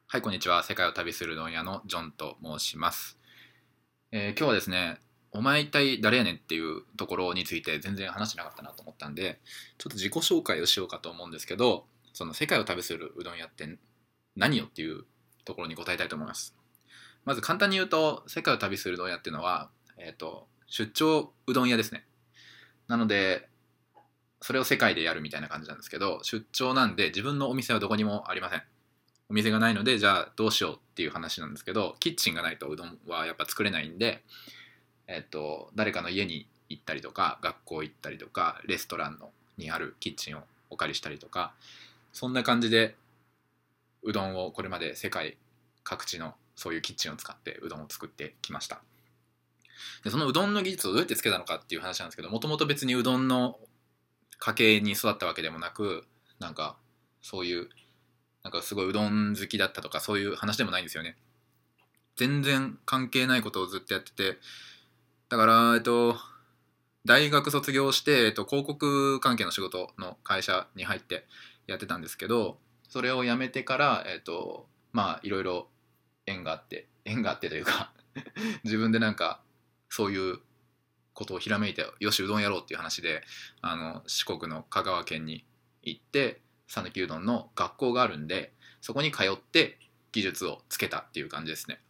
はい、こんにちは。世界を旅するうどん屋のジョンと申します。今日はですね、お前一体誰やねんっていうところについて全然話してなかったなと思ったんで、ちょっと自己紹介をしようかと思うんですけど、その世界を旅するうどん屋って何よっていうところに答えたいと思います。まず簡単に言うと、世界を旅するうどん屋っていうのは、出張うどん屋ですね。なので、それを世界でやるみたいな感じなんですけど、出張なんで自分のお店はどこにもありません。お店がないので、じゃあどうしようっていう話なんですけど、キッチンがないとうどんはやっぱ作れないんで、誰かの家に行ったりとか、学校行ったりとか、レストランにあるキッチンをお借りしたりとか、そんな感じでうどんをこれまで世界各地のそういうキッチンを使ってうどんを作ってきました。でそのうどんの技術をどうやってつけたのかっていう話なんですけど、もともと別にうどんの家系に育ったわけでもなく、なんかそういうなんかすごいうどん好きだったとかそういう話でもないんですよね。全然関係ないことをずっとやってて、だから、大学卒業して、広告関係の仕事の会社に入ってやってたんですけど、それを辞めてから、まあいろいろ縁があってというか自分でなんかそういうことをひらめいて、よしうどんやろうっていう話で、四国の香川県に行って讃岐うどんの学校があるんで、そこに通って技術をつけたっていう感じですね。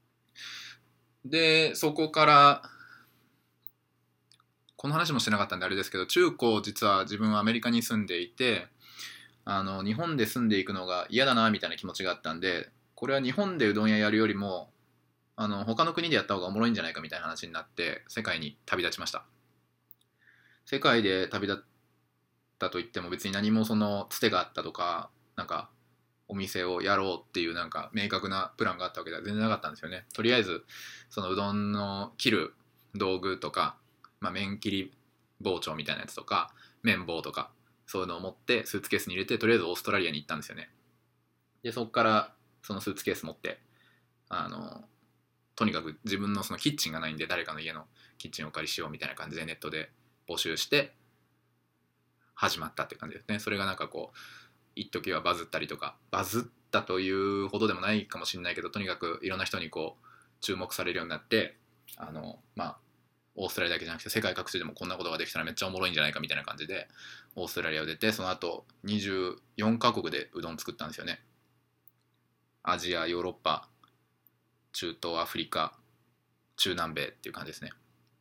でそこからこの話もしてなかったんであれですけど、中高実は自分はアメリカに住んでいて、日本で住んでいくのが嫌だなみたいな気持ちがあったんで、これは日本でうどん屋やるよりも他の国でやった方がおもろいんじゃないかみたいな話になって世界に旅立ちました。世界で旅立ったといっても別に何もそのつてがあったとか、なんかお店をやろうっていうなんか明確なプランがあったわけでは全然なかったんですよね。とりあえずそのうどんの切る道具とか、麺切り包丁みたいなやつとか麺棒とかそういうのを持ってスーツケースに入れて、とりあえずオーストラリアに行ったんですよね。でそこからそのスーツケース持ってあのとにかく自分のそのキッチンがないんで、誰かの家のキッチンをお借りしようみたいな感じでネットで募集して始まったって感じですね。それがなんかこう一時はバズったりとか、バズったというほどでもないかもしれないけど、とにかくいろんな人にこう注目されるようになって、オーストラリアだけじゃなくて世界各地でもこんなことができたらめっちゃおもろいんじゃないかみたいな感じでオーストラリアを出て、その後24カ国でうどん作ったんですよね。アジア、ヨーロッパ、中東、アフリカ、中南米っていう感じですね。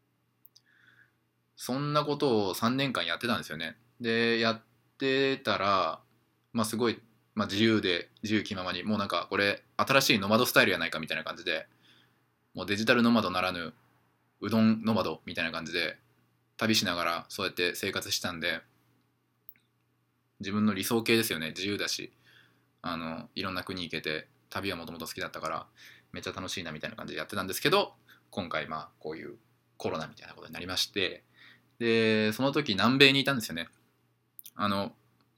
そんなことを3年間やってたんですよね。でやってたら、すごい、自由気ままに、もうなんかこれ新しいノマドスタイルやないかみたいな感じで、もうデジタルノマドならぬうどんノマドみたいな感じで旅しながらそうやって生活したんで、自分の理想形ですよね。自由だし、いろんな国行けて、旅はもともと好きだったからめっちゃ楽しいなみたいな感じでやってたんですけど、今回こういうコロナみたいなことになりまして、でその時南米にいたんですよね。あの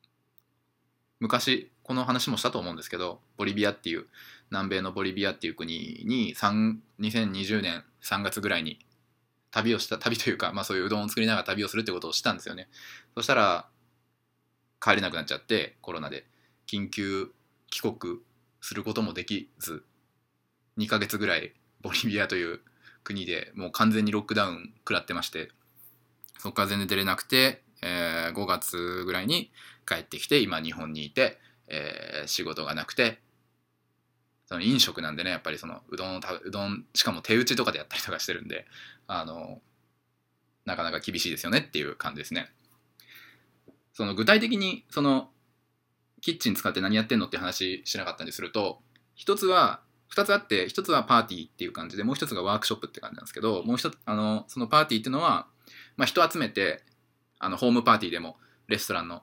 昔この話もしたと思うんですけど、ボリビアっていう、南米のボリビアっていう国に2020年3月ぐらいに旅というか、そういううどんを作りながら旅をするってことをしたんですよね。そしたら帰れなくなっちゃって、コロナで緊急帰国することもできず、2ヶ月ぐらいボリビアという国でもう完全にロックダウン食らってまして、そこから全然出れなくて、5月ぐらいに帰ってきて、今日本にいて、仕事がなくて、その飲食なんでね、やっぱりそのうどんしかも手打ちとかでやったりとかしてるんで、なかなか厳しいですよねっていう感じですね。その具体的にそのキッチン使って何やってんのって話しなかったんですると、2つあって、一つはパーティーっていう感じで、もう一つがワークショップって感じなんですけど、もう一つそのパーティーっていうのは、人集めてホームパーティーでもレストランの、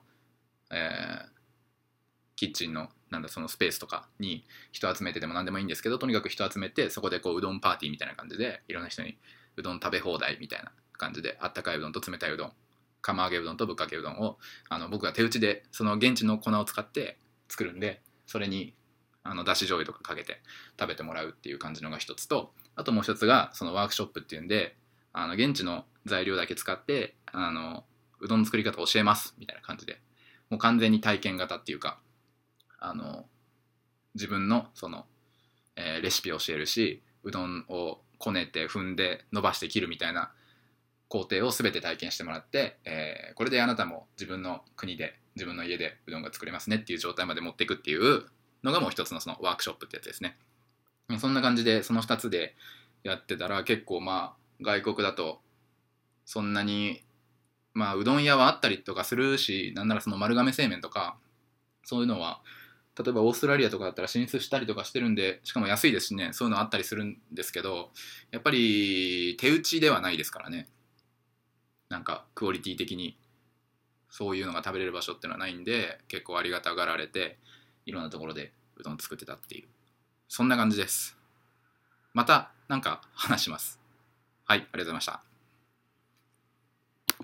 キッチンのそのスペースとかに人集めてでも何でもいいんですけど、とにかく人集めてそこでこううどんパーティーみたいな感じでいろんな人にうどん食べ放題みたいな感じで、あったかいうどんと冷たいうどん、釜揚げうどんとぶっかけうどんを僕が手打ちでその現地の粉を使って作るんで、それにだし醤油とかかけて食べてもらうっていう感じのが一つと、あともう一つがそのワークショップっていうんで、現地の材料だけ使ってうどんの作り方を教えますみたいな感じで、もう完全に体験型っていうか、 自分のその、レシピを教えるし、うどんをこねて踏んで伸ばして切るみたいな工程を全て体験してもらって、これであなたも自分の国で自分の家でうどんが作れますねっていう状態まで持っていくっていうのがもう一つのそのワークショップってやつですね。そんな感じでその2つでやってたら、結構まあ外国だとそんなにまあうどん屋はあったりとかするし、なんならその丸亀製麺とかそういうのは例えばオーストラリアとかだったら進出したりとかしてるんで、しかも安いですしね、そういうのあったりするんですけど、やっぱり手打ちではないですからね。なんかクオリティ的にそういうのが食べれる場所っていうのはないんで、結構ありがたがられていろんなところでうどん作ってたっていう、そんな感じです。またなんか話します。はい、ありがとうございました。